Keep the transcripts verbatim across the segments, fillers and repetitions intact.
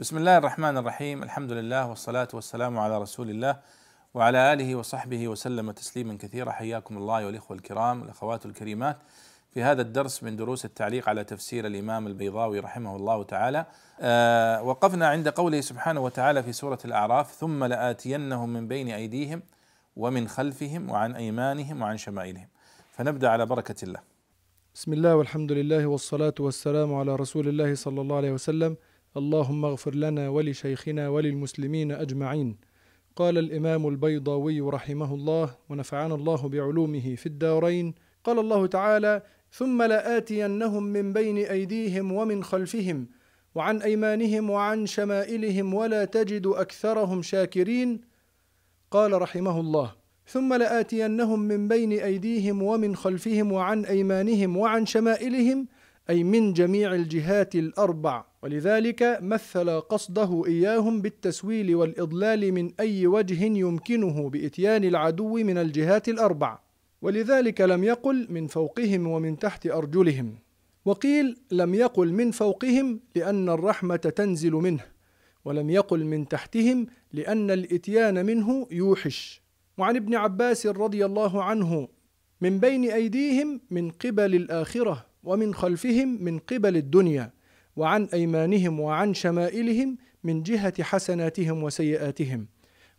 بسم الله الرحمن الرحيم. الحمد لله والصلاة والسلام على رسول الله وعلى آله وصحبه وسلم تسليما كثيرا. حياكم الله أيها الإخوة الكرام الأخوات الكريمات في هذا الدرس من دروس التعليق على تفسير الإمام البيضاوي رحمه الله تعالى. آه وقفنا عند قوله سبحانه وتعالى في سورة الأعراف: ثم لآتينهم من بين أيديهم ومن خلفهم وعن أيمانهم وعن شمائلهم. فنبدأ على بركة الله. بسم الله والحمد لله والصلاة والسلام على رسول الله صلى الله عليه وسلم. اللهم اغفر لنا ولشيخنا وللمسلمين أجمعين. قال الإمام البيضاوي رحمه الله ونفعنا الله بعلومه في الدارين. قال الله تعالى: ثم لآتينهم من بين أيديهم ومن خلفهم وعن أيمانهم وعن شمائلهم ولا تجد أكثرهم شاكرين. قال رحمه الله: ثم لآتينهم من بين أيديهم ومن خلفهم وعن أيمانهم وعن شمائلهم، أي من جميع الجهات الأربع، ولذلك مثل قصده إياهم بالتسويل والإضلال من أي وجه يمكنه بإتيان العدو من الجهات الأربع، ولذلك لم يقل من فوقهم ومن تحت أرجلهم. وقيل لم يقل من فوقهم لأن الرحمة تنزل منه، ولم يقل من تحتهم لأن الإتيان منه يوحش. وعن ابن عباس رضي الله عنه: من بين أيديهم من قبل الآخرة ومن خلفهم من قبل الدنيا وعن أيمانهم وعن شمائلهم من جهة حسناتهم وسيئاتهم.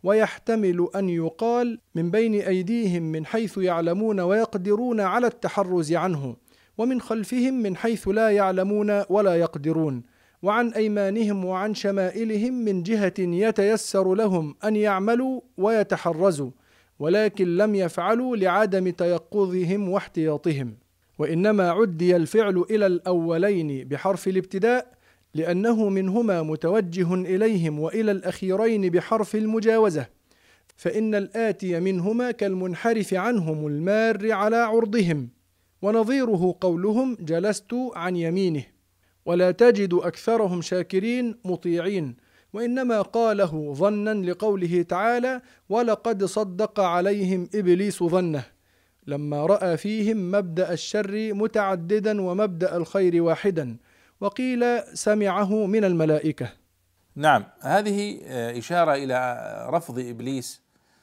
ويحتمل أن يقال من بين أيديهم من حيث يعلمون ويقدرون على التحرز عنه، ومن خلفهم من حيث لا يعلمون ولا يقدرون، وعن أيمانهم وعن شمائلهم من جهة يتيسر لهم أن يعملوا ويتحرزوا، ولكن لم يفعلوا لعدم تيقظهم واحتياطهم. وإنما عدي الفعل إلى الأولين بحرف الابتداء لأنه منهما متوجه إليهم، وإلى الأخيرين بحرف المجاوزة، فإن الآتي منهما كالمنحرف عنهم المار على عرضهم. ونظيره قولهم: جلست عن يمينه. ولا تجد أكثرهم شاكرين مطيعين، وإنما قاله ظنا لقوله تعالى: ولقد صدق عليهم إبليس ظنه، لما رأى فيهم مبدأ الشر متعددا ومبدأ الخير واحدا. وقيل سمعه من الملائكة. نعم، هذه إشارة إلى رفض إبليس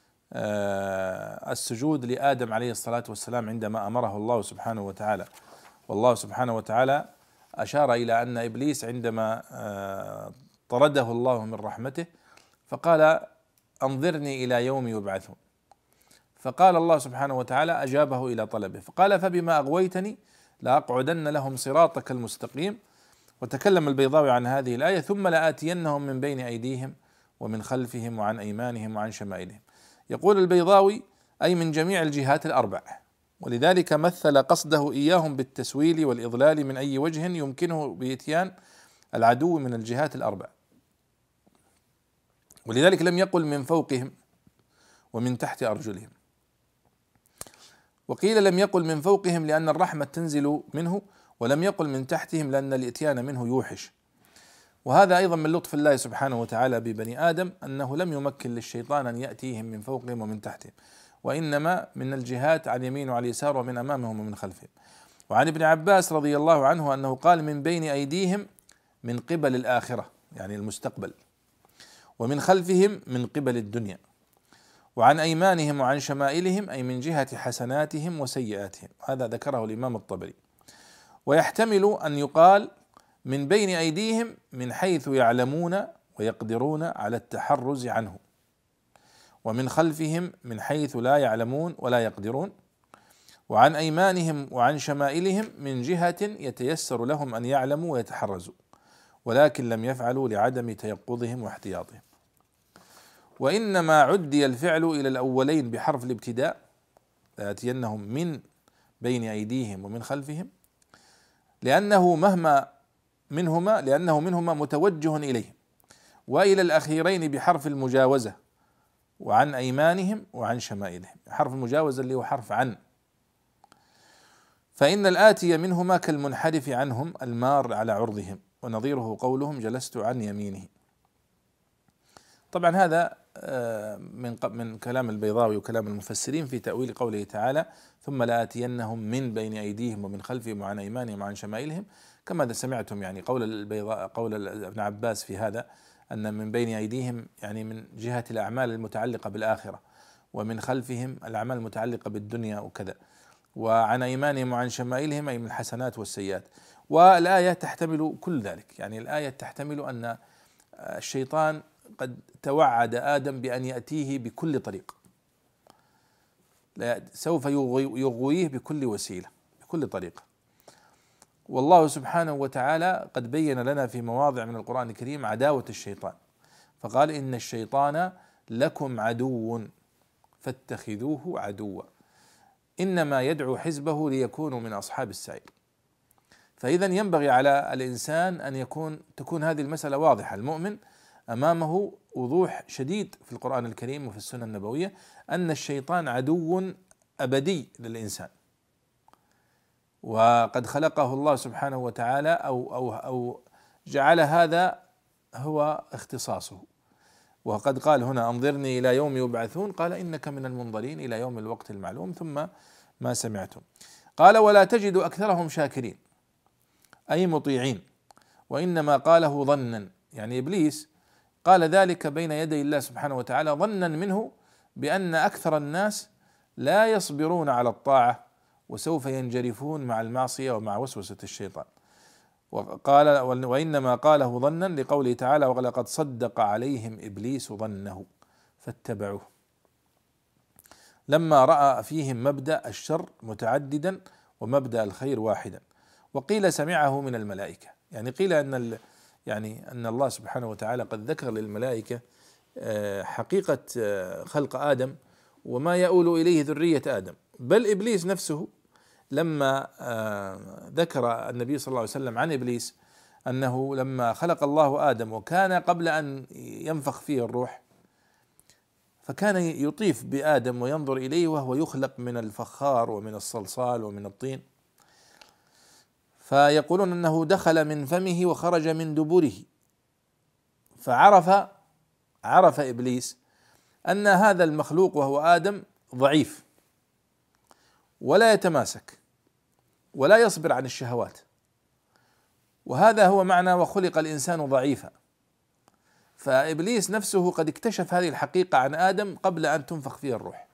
السجود لآدم عليه الصلاة والسلام عندما أمره الله سبحانه وتعالى. والله سبحانه وتعالى أشار إلى أن إبليس عندما طرده الله من رحمته فقال: أنظرني إلى يوم يبعثون. فقال الله سبحانه وتعالى أجابه إلى طلبه فقال: فبما أغويتني لأقعدن لهم صراطك المستقيم. وتكلم البيضاوي عن هذه الآية: ثم لآتينهم من بين أيديهم ومن خلفهم وعن أيمانهم وعن شمائلهم. يقول البيضاوي: أي من جميع الجهات الأربع، ولذلك مثل قصده إياهم بالتسويل والإضلال من أي وجه يمكنه بإتيان العدو من الجهات الأربع، ولذلك لم يقل من فوقهم ومن تحت أرجلهم. وقيل لم يقل من فوقهم لأن الرحمة تنزل منه، ولم يقل من تحتهم لأن الإتيان منه يوحش. وهذا أيضا من لطف الله سبحانه وتعالى ببني آدم أنه لم يمكن للشيطان أن يأتيهم من فوقهم ومن تحتهم، وإنما من الجهات عن يمين وعن يسار ومن أمامهم ومن خلفهم. وعن ابن عباس رضي الله عنه أنه قال: من بين أيديهم من قبل الآخرة، يعني المستقبل، ومن خلفهم من قبل الدنيا، وعن أيمانهم وعن شمائلهم، أي من جهة حسناتهم وسيئاتهم. هذا ذكره الإمام الطبري. ويحتمل أن يقال من بين أيديهم من حيث يعلمون ويقدرون على التحرز عنه، ومن خلفهم من حيث لا يعلمون ولا يقدرون، وعن أيمانهم وعن شمائلهم من جهة يتيسر لهم أن يعلموا ويتحرزوا، ولكن لم يفعلوا لعدم تيقظهم واحتياطهم. وإنما عدي الفعل إلى الأولين بحرف الابتداء: لآتينهم من بين أيديهم ومن خلفهم، لأنه مهما منهما لأنه منهما متوجه إليهم، وإلى الأخيرين بحرف المجاوزة: وعن أيمانهم وعن شمائلهم. حرف المجاوزة اللي هو حرف عن، فإن الآتي منهما كالمنحرف عنهم المار على عرضهم. ونظيره قولهم: جلست عن يمينه. طبعا هذا من من كلام البيضاوي وكلام المفسرين في تأويل قوله تعالى: ثم لآتينهم من بين أيديهم ومن خلفهم وعن أيمانهم وعن شمائلهم، كما سمعتم يعني قول البيضاء قول ابن عباس في هذا أن من بين أيديهم يعني من جهة الأعمال المتعلقة بالآخرة، ومن خلفهم الأعمال المتعلقة بالدنيا وكذا، وعن أيمانهم وعن شمائلهم أي من الحسنات والسيئات. والآية تحتمل كل ذلك، يعني الآية تحتمل أن الشيطان قد توعد آدم بأن يأتيه بكل طريق، سوف يغويه بكل وسيلة بكل طريقة. والله سبحانه وتعالى قد بين لنا في مواضع من القرآن الكريم عداوة الشيطان، فقال إن الشيطان لكم عدو فاتخذوه عدوا إنما يدعو حزبه ليكونوا من أصحاب السعير. فإذا ينبغي على الإنسان أن يكون تكون هذه المسألة واضحة، المؤمن أمامه وضوح شديد في القرآن الكريم وفي السنة النبوية أن الشيطان عدو أبدي للإنسان، وقد خلقه الله سبحانه وتعالى أو أو أو جعل هذا هو اختصاصه. وقد قال هنا أنظرني إلى يوم يبعثون، قال إنك من المنظرين إلى يوم الوقت المعلوم ثم ما سمعتم. قال ولا تجد أكثرهم شاكرين أي مطيعين، وإنما قاله ظنا، يعني إبليس قال ذلك بين يدي الله سبحانه وتعالى ظنا منه بأن أكثر الناس لا يصبرون على الطاعة وسوف ينجرفون مع المعصية ومع وسوسة الشيطان. وقال وإنما قاله ظنا لقوله تعالى ولقد صدق عليهم إبليس ظنه فاتبعوه، لما رأى فيهم مبدأ الشر متعددا ومبدأ الخير واحدا. وقيل سمعه من الملائكة، يعني قيل أن يعني أن الله سبحانه وتعالى قد ذكر للملائكة حقيقة خلق آدم وما يؤول إليه ذرية آدم، بل إبليس نفسه لما ذكر النبي صلى الله عليه وسلم عن إبليس أنه لما خلق الله آدم وكان قبل أن ينفخ فيه الروح فكان يطيف بآدم وينظر إليه وهو يخلق من الفخار ومن الصلصال ومن الطين، فيقولون أنه دخل من فمه وخرج من دبره، فعرف عرف إبليس أن هذا المخلوق وهو آدم ضعيف ولا يتماسك ولا يصبر عن الشهوات، وهذا هو معنى وخلق الإنسان ضعيفا. فإبليس نفسه قد اكتشف هذه الحقيقة عن آدم قبل أن تنفخ فيه الروح،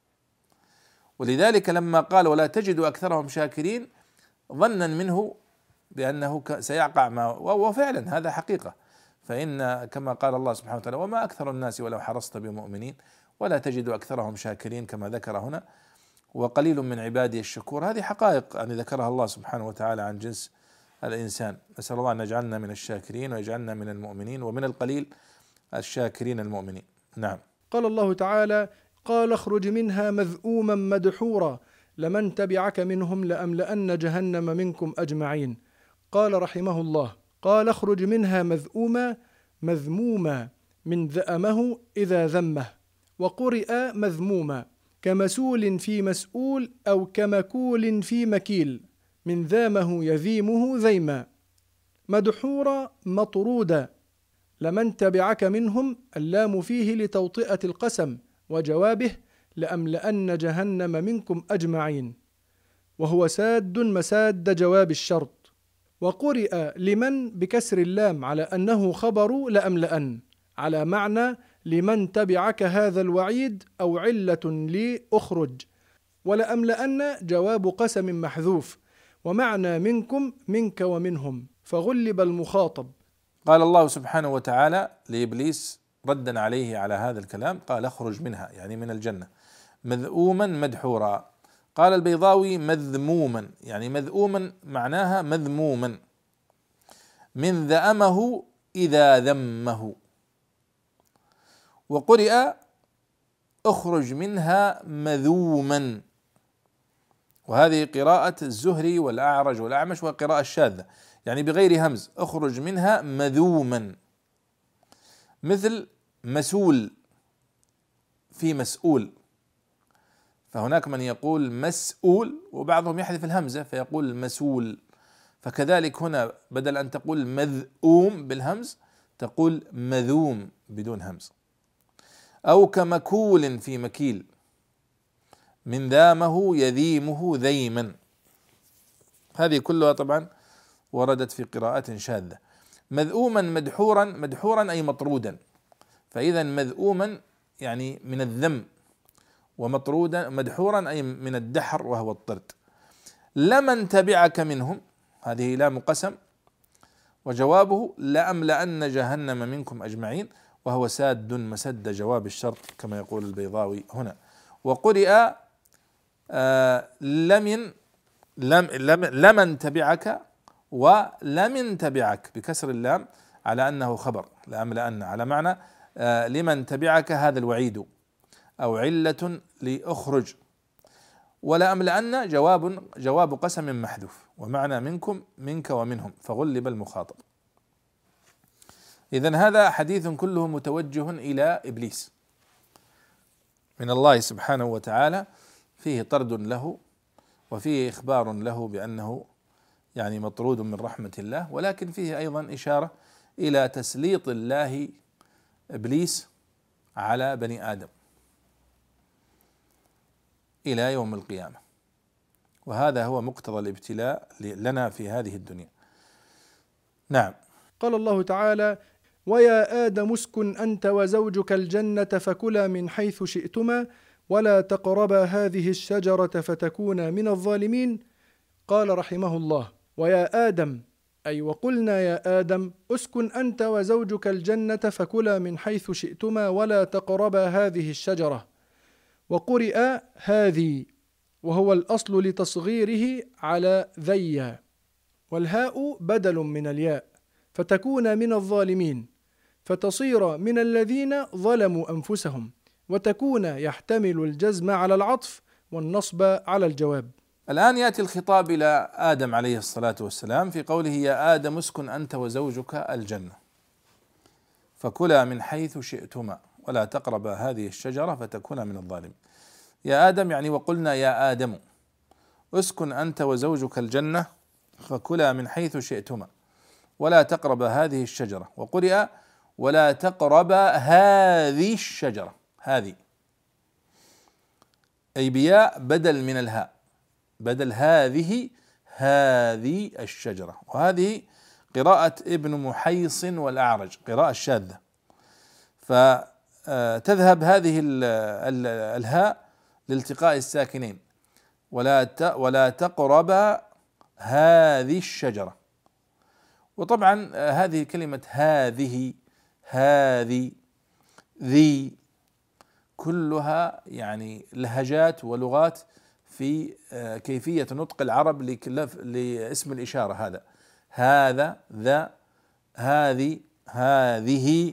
ولذلك لما قال ولا تجد أكثرهم شاكرين ظنا منه بأنه سيقع ما، وفعلا هذا حقيقة، فإن كما قال الله سبحانه وتعالى وما أكثر الناس ولو حرصت بمؤمنين ولا تجد أكثرهم شاكرين كما ذكر هنا، وقليل من عبادي الشكور. هذه حقائق يعني ذكرها الله سبحانه وتعالى عن جنس الإنسان. نسأل الله أن يجعلنا من الشاكرين ويجعلنا من المؤمنين ومن القليل الشاكرين المؤمنين. نعم. قال الله تعالى قال اخرج منها مذءوما مدحورا لمن تبعك منهم لأملأن جهنم منكم أجمعين. قال رحمه الله قال اخرج منها مذءوما مذموما من ذأمه إذا ذمه، وقرئ مذموما كمسول في مسؤول أو كمكول في مكيل من ذامه يذيمه ذيما. مدحورا مطرودا، لمن تبعك منهم اللام فيه لتوطئة القسم وجوابه لأملأن جهنم منكم أجمعين، وهو ساد مساد جواب الشرط. وقرئ لمن بكسر اللام على أنه خبر لأملأن على معنى لمن تبعك هذا الوعيد أو علة لي أخرج، ولأملأن جواب قسم محذوف، ومعنى منكم منك ومنهم فغلب المخاطب. قال الله سبحانه وتعالى لإبليس ردا عليه على هذا الكلام قال اخرج منها يعني من الجنة مذءوما مدحورا. قال البيضاوي مذموما، يعني مذءوما معناها مذموما، من ذأمه إذا ذمه. وقرئ اخرج منها مذوما، وهذه قراءة الزهري والأعرج والأعمش وقراءة الشاذة، يعني بغير همز اخرج منها مذوما، مثل مسؤول في مسؤول، فهناك من يقول مسؤول وبعضهم يحذف الهمزة فيقول مسؤول، فكذلك هنا بدل أن تقول مذؤوم بالهمز تقول مذوم بدون همز. أو كمكول في مكيل من ذامه يذيمه ذيما، هذه كلها طبعا وردت في قراءات شاذة. مذءوما مدحورا، مدحورا أي مطرودا، فإذا مذءوما يعني من الذم، ومطرودا مدحورا أي من الدحر وهو الطرد. لمن تبعك منهم، هذه لام قسم، وجوابه لأملأن جهنم منكم أجمعين، وهو ساد مسد جواب الشرط كما يقول البيضاوي هنا. وقرئ آه لمن لم لم لمن تبعك ولمن تبعك بكسر اللام على أنه خبر، لأملأن على معنى آه لمن تبعك هذا الوعيد أو علة لأخرج، ولأملأن جواب جواب قسم محذوف، ومعنى منكم منك ومنهم فغلب المخاطب. إذن هذا حديث كله متوجه إلى إبليس من الله سبحانه وتعالى، فيه طرد له وفيه إخبار له بأنه يعني مطرود من رحمة الله، ولكن فيه أيضا إشارة إلى تسليط الله إبليس على بني آدم إلى يوم القيامة، وهذا هو مقتضى الابتلاء لنا في هذه الدنيا. نعم. قال الله تعالى: ويا آدم اسكن أنت وزوجك الجنة فكلا من حيث شئتما ولا تقربا هذه الشجرة فتكونا من الظالمين. قال رحمه الله: ويا آدم أي وقلنا يا آدم اسكن أنت وزوجك الجنة فكلا من حيث شئتما ولا تقربا هذه الشجرة. وقرئ هذه وهو الأصل لتصغيره على ذي، والهاء بدل من الياء، فتكون من الظالمين، فتصير من الذين ظلموا أنفسهم، وتكون يحتمل الجزم على العطف والنصب على الجواب. الآن يأتي الخطاب إلى آدم عليه الصلاة والسلام في قوله: يا آدم اسكن أنت وزوجك الجنة فكلا من حيث شئتما ولا تقربا هذه الشجرة فتكونا من الظالمين. يا آدم يعني وقلنا يا آدم اسكن أنت وزوجك الجنة فكلا من حيث شئتما ولا تقربا هذه الشجرة. وقرئ ولا تقربا هذه الشجرة، هذه أي بياء بدل من الهاء، بدل هذه هذه الشجرة. وهذه قراءة ابن محيص والأعرج، قراءة شاذة، فتذهب هذه الهاء لالتقاء الساكنين، ولا ولا تقرب هذه الشجرة. وطبعا هذه كلمة هذه هذه ذي كلها يعني لهجات ولغات في كيفية نطق العرب لاسم الإشارة، هذا هذا ذا هذه هذه.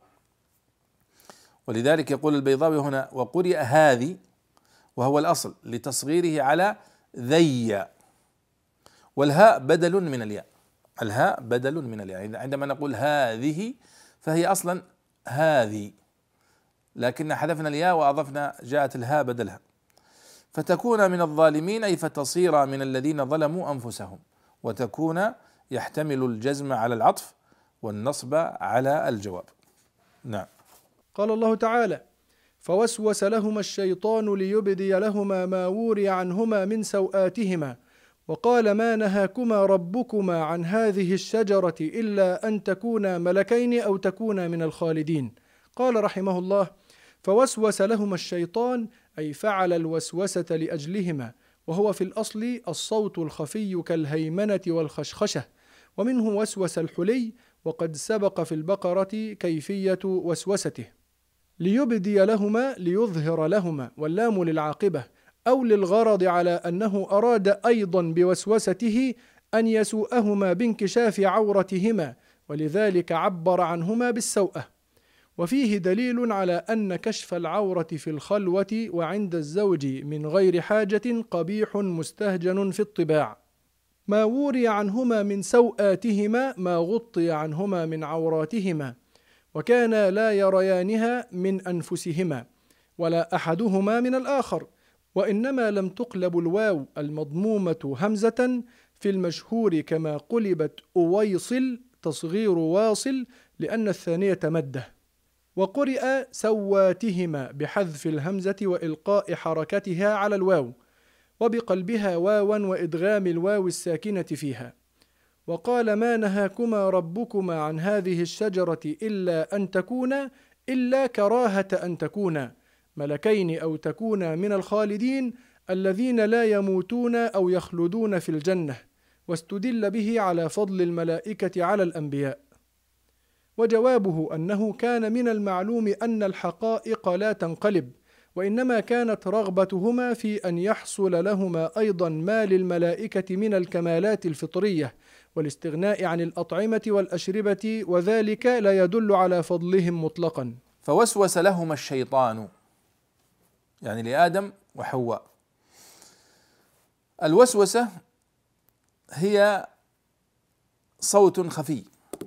ولذلك يقول البيضاوي هنا: وقرئ هذه وهو الأصل لتصغيره على ذي، والهاء بدل من الياء، الهاء بدل من الياء. عندما نقول هذه فهي أصلا هذه، لكن حذفنا الياء وأضفنا جاءت الهاء بدلها. فتكون من الظالمين أي فتصير من الذين ظلموا أنفسهم، وتكون يحتمل الجزم على العطف والنصب على الجواب. نعم. قال الله تعالى: فوسوس لهما الشيطان ليبدي لهما ما وري عنهما من سوآتهما وقال ما نهاكما ربكما عن هذه الشجرة إلا أن تكونا ملكين أو تكونا من الخالدين. قال رحمه الله: فوسوس لهما الشيطان أي فعل الوسوسة لأجلهما، وهو في الأصل الصوت الخفي كالهيمنة والخشخشة، ومنه وسوس الحلي، وقد سبق في البقرة كيفية وسوسته. ليبدي لهما ليظهر لهما، واللام للعاقبة أو للغرض، على أنه أراد أيضا بوسوسته أن يسوءهما بانكشاف عورتهما، ولذلك عبر عنهما بالسوءة. وفيه دليل على أن كشف العورة في الخلوة وعند الزوج من غير حاجة قبيح مستهجن في الطباع. ما وري عنهما من سوآتهما ما غطي عنهما من عوراتهما، وكانا لا يريانها من أنفسهما ولا أحدهما من الآخر، وإنما لم تقلب الواو المضمومة همزة في المشهور كما قلبت أويصل تصغير واصل لأن الثانية مده. وقرئ سواتهما بحذف الهمزة وإلقاء حركتها على الواو، وبقلبها واوا وإدغام الواو الساكنة فيها. وقال ما نهاكما ربكما عن هذه الشجرة إلا أن تكونا إلا كراهة أن تكونا ملكين أو تكونا من الخالدين الذين لا يموتون أو يخلدون في الجنة، واستدل به على فضل الملائكة على الأنبياء. وجوابه أنه كان من المعلوم أن الحقائق لا تنقلب، وإنما كانت رغبتهما في أن يحصل لهما أيضا ما للملائكة من الكمالات الفطرية والاستغناء عن الأطعمة والأشربة، وذلك لا يدل على فضلهم مطلقا. فوسوس لهما الشيطان، يعني لآدم وحواء. الوسوسة هي صوت خفي،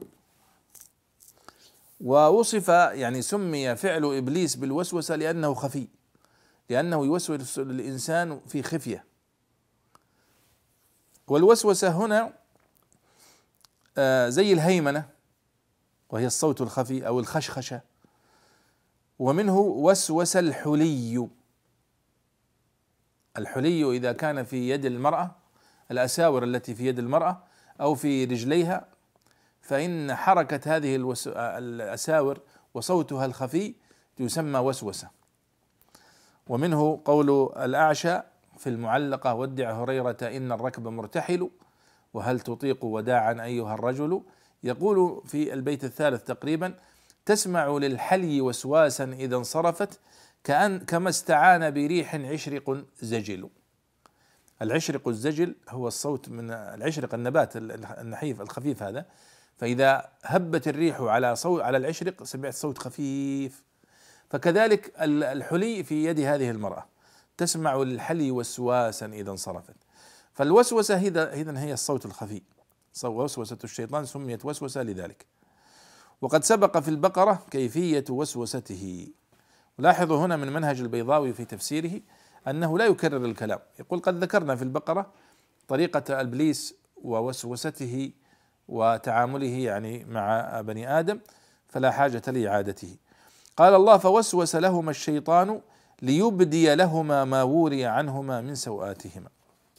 ووصف يعني سمي فعل إبليس بالوسوسة لأنه خفي، لأنه يوسوس الإنسان في خفية. والوسوسة هنا زي الهيمنة وهي الصوت الخفي أو الخشخشة، ومنه وسوس الحلي. الحلي إذا كان في يد المرأة، الأساور التي في يد المرأة أو في رجليها، فإن حركة هذه الأساور وصوتها الخفي يسمى وسوسة. ومنه قول الأعشى في المعلقة: ودع هريرة إن الركب مرتحل وهل تطيق وداعا أيها الرجل. يقول في البيت الثالث تقريبا: تسمع للحلي وسواسا إذا انصرفت كأن كما استعان بريح عشرق زجل. العشرق الزجل هو الصوت من العشرق، النبات النحيف الخفيف هذا، فإذا هبت الريح على صوت على العشرق سمعت صوت خفيف. فكذلك الحلي في يد هذه المرأة، تسمع للحلي وسواسا إذا انصرفت. فالوسوسة إذن هي الصوت الخفي. وسوسة الشيطان سميت وسوسة لذلك. وقد سبق في البقرة كيفية وسوسته. لاحظوا هنا من منهج البيضاوي في تفسيره أنه لا يكرر الكلام، يقول: قد ذكرنا في البقرة طريقة إبليس ووسوسته وتعامله يعني مع بني آدم، فلا حاجة لإعادته. قال الله: فوسوس لهما الشيطان ليبدي لهما ما وري عنهما من سوآتهما.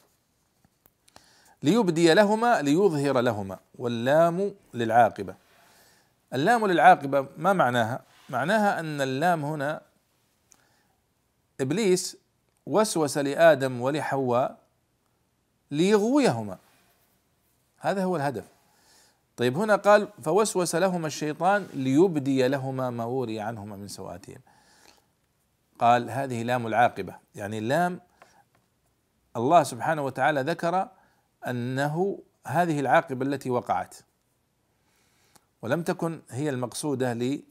ليبدي لهما ليظهر لهما، واللام للعاقبة. اللام للعاقبة ما معناها؟ معناها أن اللام هنا إبليس وسوس لآدم ولحواء ليغويهما، هذا هو الهدف. طيب هنا قال: فوسوس لهما الشيطان ليبدي لهما ما وري عنهما من سوآتهما. قال هذه لام العاقبة، يعني اللام الله سبحانه وتعالى ذكر أنه هذه العاقبة التي وقعت، ولم تكن هي المقصودة ل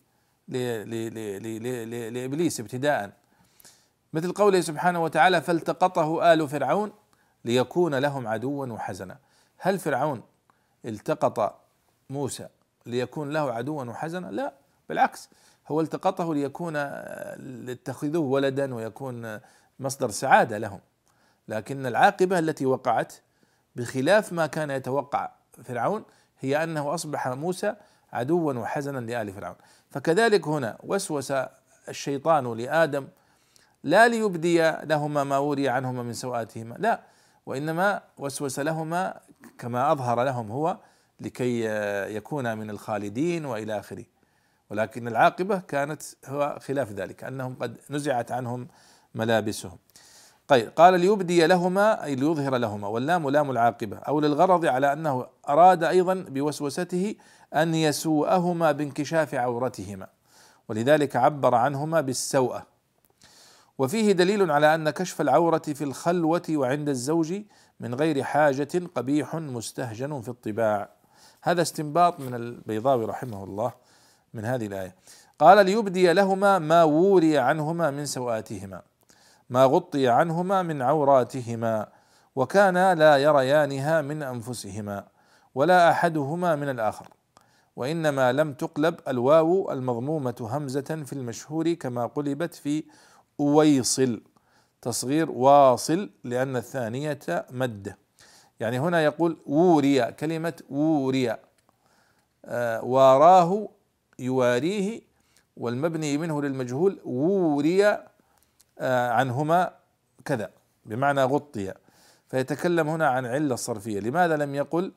لإبليس ابتداء، مثل قوله سبحانه وتعالى: فالتقطه آل فرعون ليكون لهم عدوا وحزنا. هل فرعون التقط موسى ليكون له عدوا وحزنا؟ لا، بالعكس، هو التقطه ليكون ليتخذوه ولدا ويكون مصدر سعادة لهم. لكن العاقبة التي وقعت بخلاف ما كان يتوقع فرعون هي أنه أصبح موسى عدوا وحزنا لآل فرعون. فكذلك هنا وسوس الشيطان لآدم لا ليبدي لهما ما وري عنهما من سوآتهما، لا، وإنما وسوس لهما كما أظهر لهم هو لكي يكونا من الخالدين وإلى آخره. ولكن العاقبة كانت هو خلاف ذلك، أنهم قد نزعت عنهم ملابسهم. طيب قال: ليبدي لهما أي ليظهر لهما، واللام لام العاقبة، أو للغرض، على أنه أراد أيضا بوسوسته أن يسوءهما بانكشاف عورتهما، ولذلك عبر عنهما بالسوءة. وفيه دليل على أن كشف العورة في الخلوة وعند الزوج من غير حاجة قبيح مستهجن في الطباع. هذا استنباط من البيضاوي رحمه الله من هذه الآية. قال: ليبدي لهما ما وري عنهما من سوآتهما، ما غطي عنهما من عوراتهما، وكانا لا يريانها من أنفسهما ولا أحدهما من الآخر، وإنما لم تقلب الواو المضمومة همزة في المشهور كما قلبت في أويصل تصغير واصل لأن الثانية مدة. يعني هنا يقول ووري، كلمة ووري آه واراه يواريه، والمبني منه للمجهول ووري آه عنهما كذا بمعنى غطي. فيتكلم هنا عن علة صرفية. لماذا لم يقل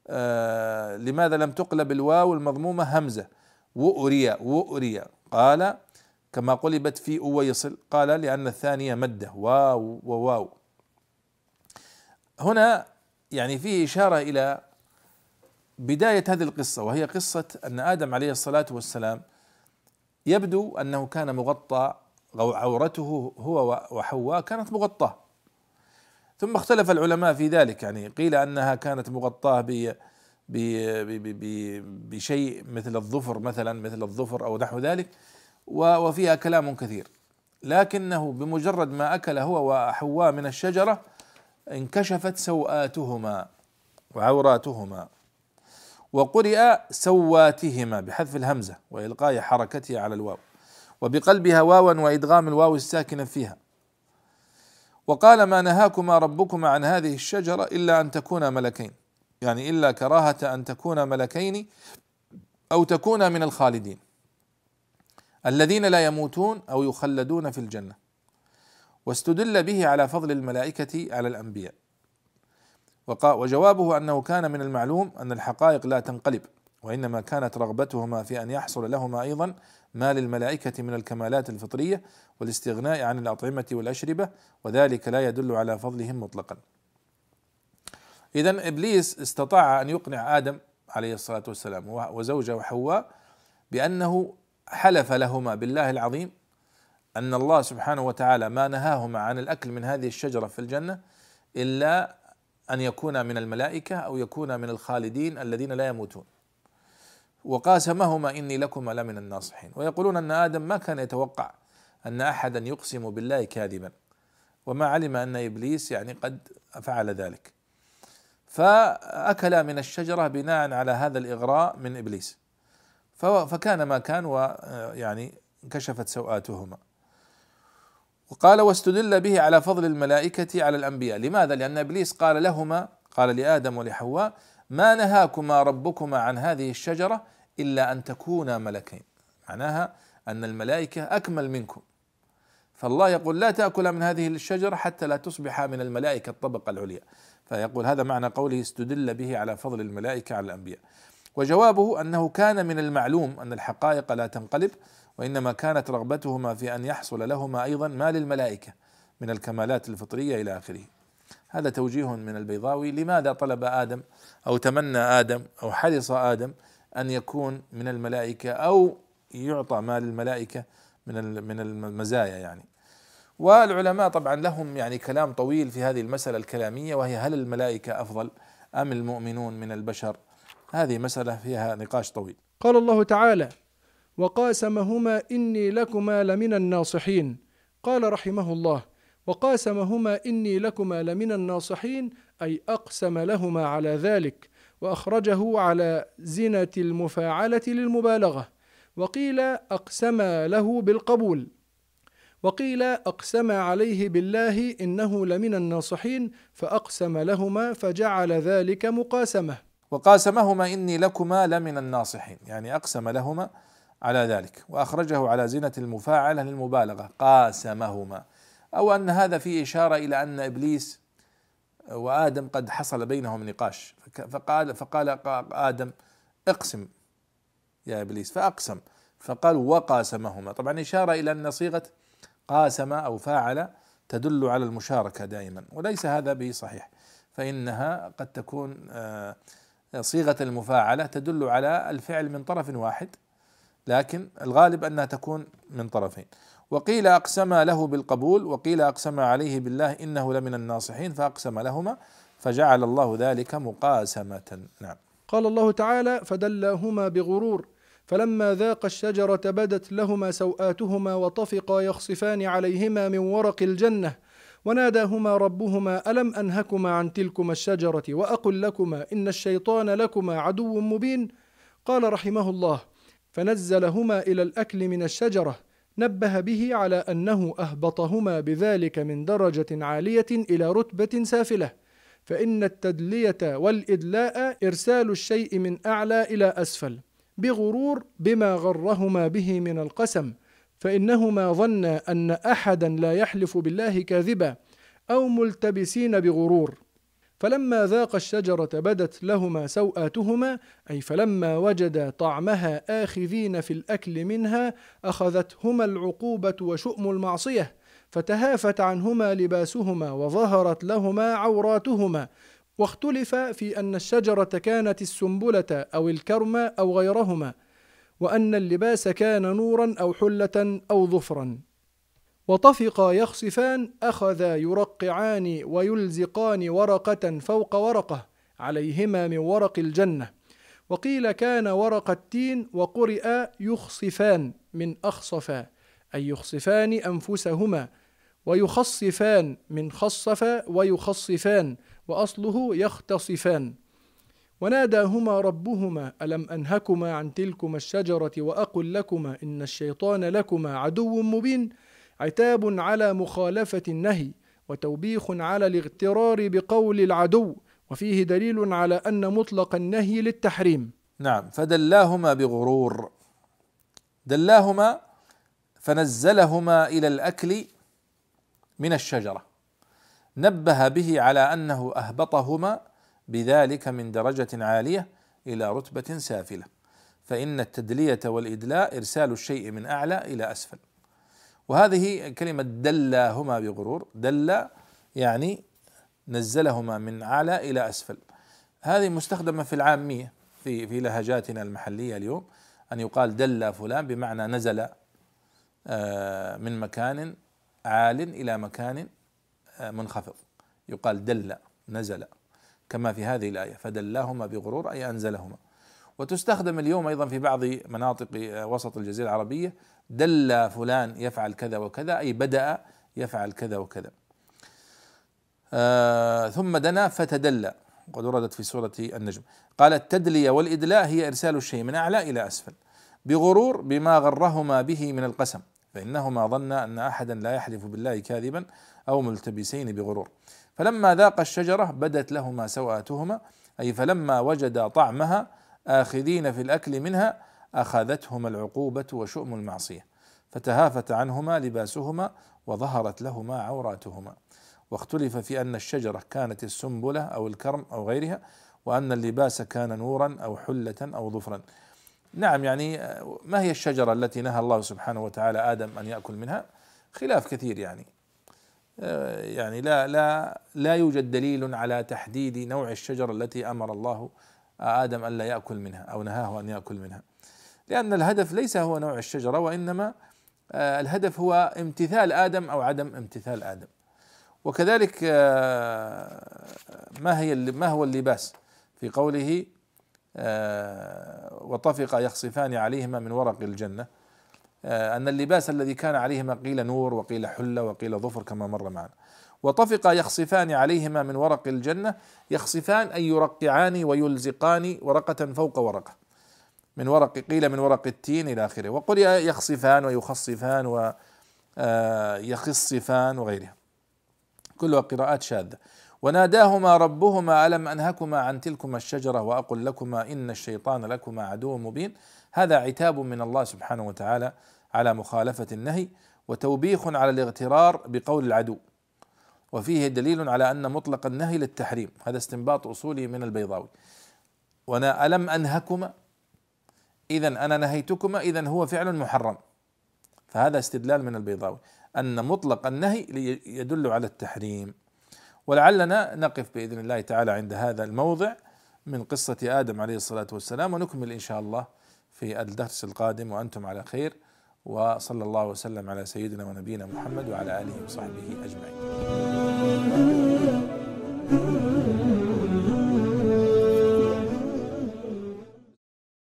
آه لماذا لم تقلب الواو المضمومة همزة وأريا وأريا؟ قال كما قلبت في أويصل، قال لأن الثانية مدة واو وواو. هنا يعني فيه إشارة إلى بداية هذه القصة، وهي قصة أن آدم عليه الصلاة والسلام يبدو أنه كان مغطى، عورته هو وحواء كانت مغطاة، ثم اختلف العلماء في ذلك، يعني قيل أنها كانت مغطاة ب بشيء مثل الظفر مثلا، مثل الظفر أو نحو ذلك، وفيها كلام كثير، لكنه بمجرد ما أكل هو وحواء من الشجرة انكشفت سوآتهما وعوراتهما، وقرئ سواتهما بحذف الهمزة وإلقاء حركتها على الواو، وبقلبها واوا وإدغام الواو الساكنة فيها. وقال ما نهاكما ربكما عن هذه الشجرة إلا أن تكونا ملكين، يعني إلا كراهة أن تكونا ملكين أو تكونا من الخالدين الذين لا يموتون أو يخلدون في الجنة. واستدل به على فضل الملائكة على الأنبياء، وجوابه أنه كان من المعلوم أن الحقائق لا تنقلب، وإنما كانت رغبتهما في أن يحصل لهما أيضا ما للملائكة من الكمالات الفطرية والاستغناء عن الأطعمة والأشربة، وذلك لا يدل على فضلهم مطلقا. إذن إبليس استطاع أن يقنع آدم عليه الصلاة والسلام وزوجه حواء بأنه حلف لهما بالله العظيم أن الله سبحانه وتعالى ما نهاهما عن الأكل من هذه الشجرة في الجنة إلا أن يكون من الملائكة أو يكون من الخالدين الذين لا يموتون. وقاسمهما إني لكما لمن الناصحين. ويقولون أن آدم ما كان يتوقع أن أحدا يقسم بالله كاذبا، وما علم أن إبليس يعني قد فعل ذلك، فأكل من الشجرة بناء على هذا الإغراء من إبليس، فكان ما كان، ويعني انكشفت سوآتهما. وقال واستدل به على فضل الملائكة على الأنبياء. لماذا؟ لأن إبليس قال لهما، قال لآدم ولحواء ما نهاكما ربكما عن هذه الشجرة إلا أن تكونا ملكين، معناها أن الملائكة أكمل منكم، فالله يقول لا تأكل من هذه الشجرة حتى لا تصبح من الملائكة الطبقة العليا، فيقول هذا معنى قوله استدل به على فضل الملائكة على الأنبياء. وجوابه أنه كان من المعلوم أن الحقائق لا تنقلب، وإنما كانت رغبتهما في أن يحصل لهما أيضا ما للملائكة من الكمالات الفطرية إلى آخره. هذا توجيه من البيضاوي لماذا طلب آدم أو تمنى آدم أو حرص آدم أن يكون من الملائكة أو يعطى ما للملائكة من من المزايا يعني. والعلماء طبعا لهم يعني كلام طويل في هذه المسألة الكلامية، وهي هل الملائكة أفضل أم المؤمنون من البشر؟ هذه مسألة فيها نقاش طويل. قال الله تعالى وقاسمهما إني لكما لمن الناصحين. قال رحمه الله وقاسمهما إني لكما لمن الناصحين أي أقسم لهما على ذلك، وأخرجه على زنة المفاعلة للمبالغة، وقيل أقسم له بالقبول، وقيل أقسم عليه بالله إنه لمن الناصحين فأقسم لهما فجعل ذلك مقاسمة. وقاسمهما إني لكما لمن الناصحين، يعني أقسم لهما على ذلك، وأخرجه على زنة المفاعلة للمبالغة قاسمهما، أو أن هذا فيه إشارة إلى أن إبليس وآدم قد حصل بينهم نقاش، فقال فقال آدم اقسم يا إبليس فأقسم، فقال وقاسمهما. طبعا إشارة إلى أن صيغة قاسم أو فاعل تدل على المشاركة دائما، وليس هذا بصحيح، فإنها قد تكون صيغة المفاعلة تدل على الفعل من طرف واحد، لكن الغالب أنها تكون من طرفين. وقيل أقسم له بالقبول، وقيل أقسم عليه بالله إنه لمن الناصحين فأقسم لهما فجعل الله ذلك مقاسمة. نعم. قال الله تعالى فدلاهما بغرور فلما ذاقا الشجرة بدت لهما سوآتهما وطفقا يخصفان عليهما من ورق الجنة وناداهما ربهما ألم أنهكما عن تلكما الشجرة وأقل لكما إن الشيطان لكما عدو مبين. قال رحمه الله فنزلهما إلى الأكل من الشجرة، نبه به على أنه أهبطهما بذلك من درجة عالية إلى رتبة سافلة، فإن التدلية والإدلاء إرسال الشيء من أعلى إلى أسفل بغرور بما غرهما به من القسم، فإنهما ظنا أن أحدا لا يحلف بالله كاذبا أو ملتبسين بغرور، فلما ذاقا الشجرة بدت لهما سوآتهما، أي فلما وجدا طعمها آخذين في الأكل منها أخذتهما العقوبة وشؤم المعصية، فتهافت عنهما لباسهما وظهرت لهما عوراتهما. واختلف في أن الشجرة كانت السنبلة أو الكرم أو غيرهما، وأن اللباس كان نورا أو حلة أو ظفرا. وطفقا يخصفان أخذا يرقعان ويلزقان ورقة فوق ورقة عليهما من ورق الجنة. وقيل كان ورق التين، وقرئ يخصفان من أخصفا، أي يخصفان أنفسهما، ويخصفان من خصف ويخصفان، وأصله يختصفان. وناداهما ربهما ألم أنهكما عن تلكما الشجرة وأقل لكما إن الشيطان لكما عدو مبين، عتاب على مخالفة النهي، وتوبيخ على الاغترار بقول العدو، وفيه دليل على أن مطلق النهي للتحريم. نعم. فدلاهما بغرور، دلاهما فنزلهما إلى الأكل من الشجرة، نبه به على أنه أهبطهما بذلك من درجة عالية إلى رتبة سافلة، فإن التدلية والإدلاء إرسال الشيء من أعلى إلى أسفل. وهذه كلمة دلاهما بغرور، دل يعني نزلهما من أعلى إلى أسفل، هذه مستخدمة في العامية في في لهجاتنا المحلية اليوم، أن يقال دل فلان بمعنى نزل من مكان عال إلى مكان منخفض، يقال دل نزل، كما في هذه الآية فدلاهما بغرور أي أنزلهما. وتستخدم اليوم أيضا في بعض مناطق وسط الجزيرة العربية، دل فلان يفعل كذا وكذا، أي بدأ يفعل كذا وكذا. آه ثم دنا فتدلى، قد وردت في سورة النجم. قال التدلية والإدلاء هي إرسال الشيء من أعلى إلى أسفل، بغرور بما غرهما به من القسم، فإنهما ظنا أن أحدا لا يحلف بالله كاذبا أو ملتبسين بغرور. فلما ذاق الشجرة بدت لهما سوآتهما، أي فلما وجدا طعمها آخذين في الأكل منها أخذتهما العقوبة وشؤم المعصية، فتهافت عنهما لباسهما وظهرت لهما عوراتهما. واختلف في أن الشجرة كانت السنبلة أو الكرم أو غيرها، وأن اللباس كان نورا أو حلة أو ظفرا. نعم، يعني ما هي الشجرة التي نهى الله سبحانه وتعالى آدم أن يأكل منها؟ خلاف كثير، يعني يعني لا لا لا يوجد دليل على تحديد نوع الشجرة التي أمر الله آدم أن لا يأكل منها أو نهاه أن يأكل منها، لأن الهدف ليس هو نوع الشجرة، وإنما الهدف هو امتثال آدم أو عدم امتثال آدم. وكذلك ما هي ما هو اللباس في قوله وطفق يخصفان عليهما من ورق الجنة، أن اللباس الذي كان عليهما قيل نور وقيل حلة وقيل ظفر كما مر معنا. وطفق يخصفان عليهما من ورق الجنة، يخصفان أي يرقعان ويلزقان ورقة فوق ورقة، من ورق قيل من ورق التين إلى آخره، وقل يخصفان ويخصفان ويخصفان وغيرها، كلها قراءات شاذة. وناداهما ربهما ألم أنهكما عن تلكما الشجرة وأقل لكما إن الشيطان لكما عدو مبين. هذا عتاب من الله سبحانه وتعالى على مخالفة النهي، وتوبيخ على الاغترار بقول العدو، وفيه دليل على أن مطلق النهي للتحريم. هذا استنباط أصولي من البيضاوي. وأنا ألم أنهكما، إذن أنا نهيتكما، إذن هو فعل محرم، فهذا استدلال من البيضاوي أن مطلق النهي يدل على التحريم. ولعلنا نقف بإذن الله تعالى عند هذا الموضع من قصة آدم عليه الصلاة والسلام، ونكمل إن شاء الله في الدرس القادم وأنتم على خير، وصلى الله وسلم على سيدنا ونبينا محمد وعلى آله وصحبه أجمعين.